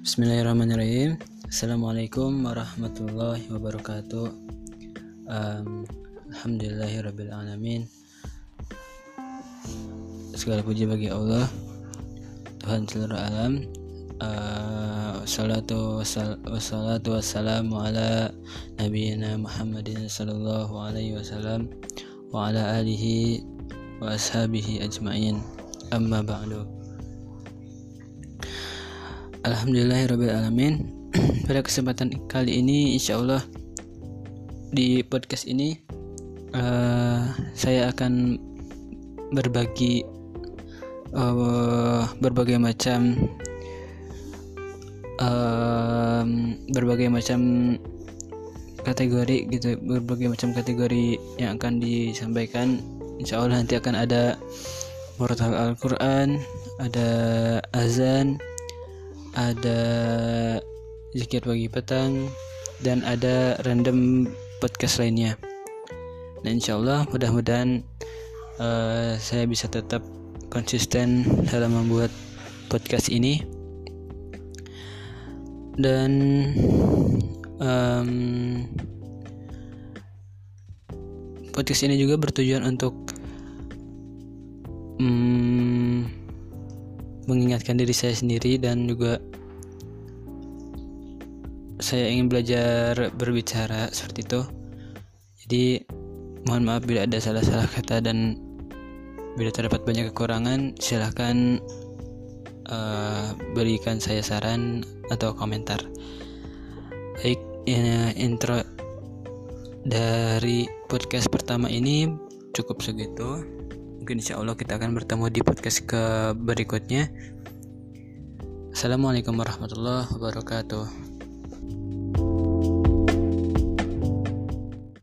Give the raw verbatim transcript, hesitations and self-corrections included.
Bismillahirrahmanirrahim. Assalamualaikum warahmatullahi wabarakatuh. um, Alhamdulillahirrabbilalamin. Segala puji bagi Allah, Tuhan seluruh alam. uh, Wassalatu wassalatu wassalamu ala nabiyina Muhammadin sallallahu alaihi wasallam wa ala alihi wa ashabihi ajma'in. Amma ba'du. Alhamdulillahirrabbilalamin. Pada kesempatan kali ini, insyaallah di podcast ini uh, saya akan berbagi uh, berbagai macam uh, berbagai macam kategori gitu, berbagai macam kategori yang akan disampaikan. Insyaallah nanti akan ada murotal Al-Quran, ada azan, ada zikir pagi petang, dan ada random podcast lainnya. Dan insyaallah mudah-mudahan uh, saya bisa tetap konsisten dalam membuat podcast ini. Dan um, podcast ini juga bertujuan untuk um, mengingatkan diri saya sendiri, dan juga saya ingin belajar berbicara seperti itu. Jadi mohon maaf bila ada salah-salah kata, dan bila terdapat banyak kekurangan, silahkan uh, berikan saya saran atau komentar. Baik, ini intro dari podcast pertama ini cukup segitu. Mungkin insyaallah kita akan bertemu di podcast ke berikutnya. Assalamualaikum warahmatullahi wabarakatuh.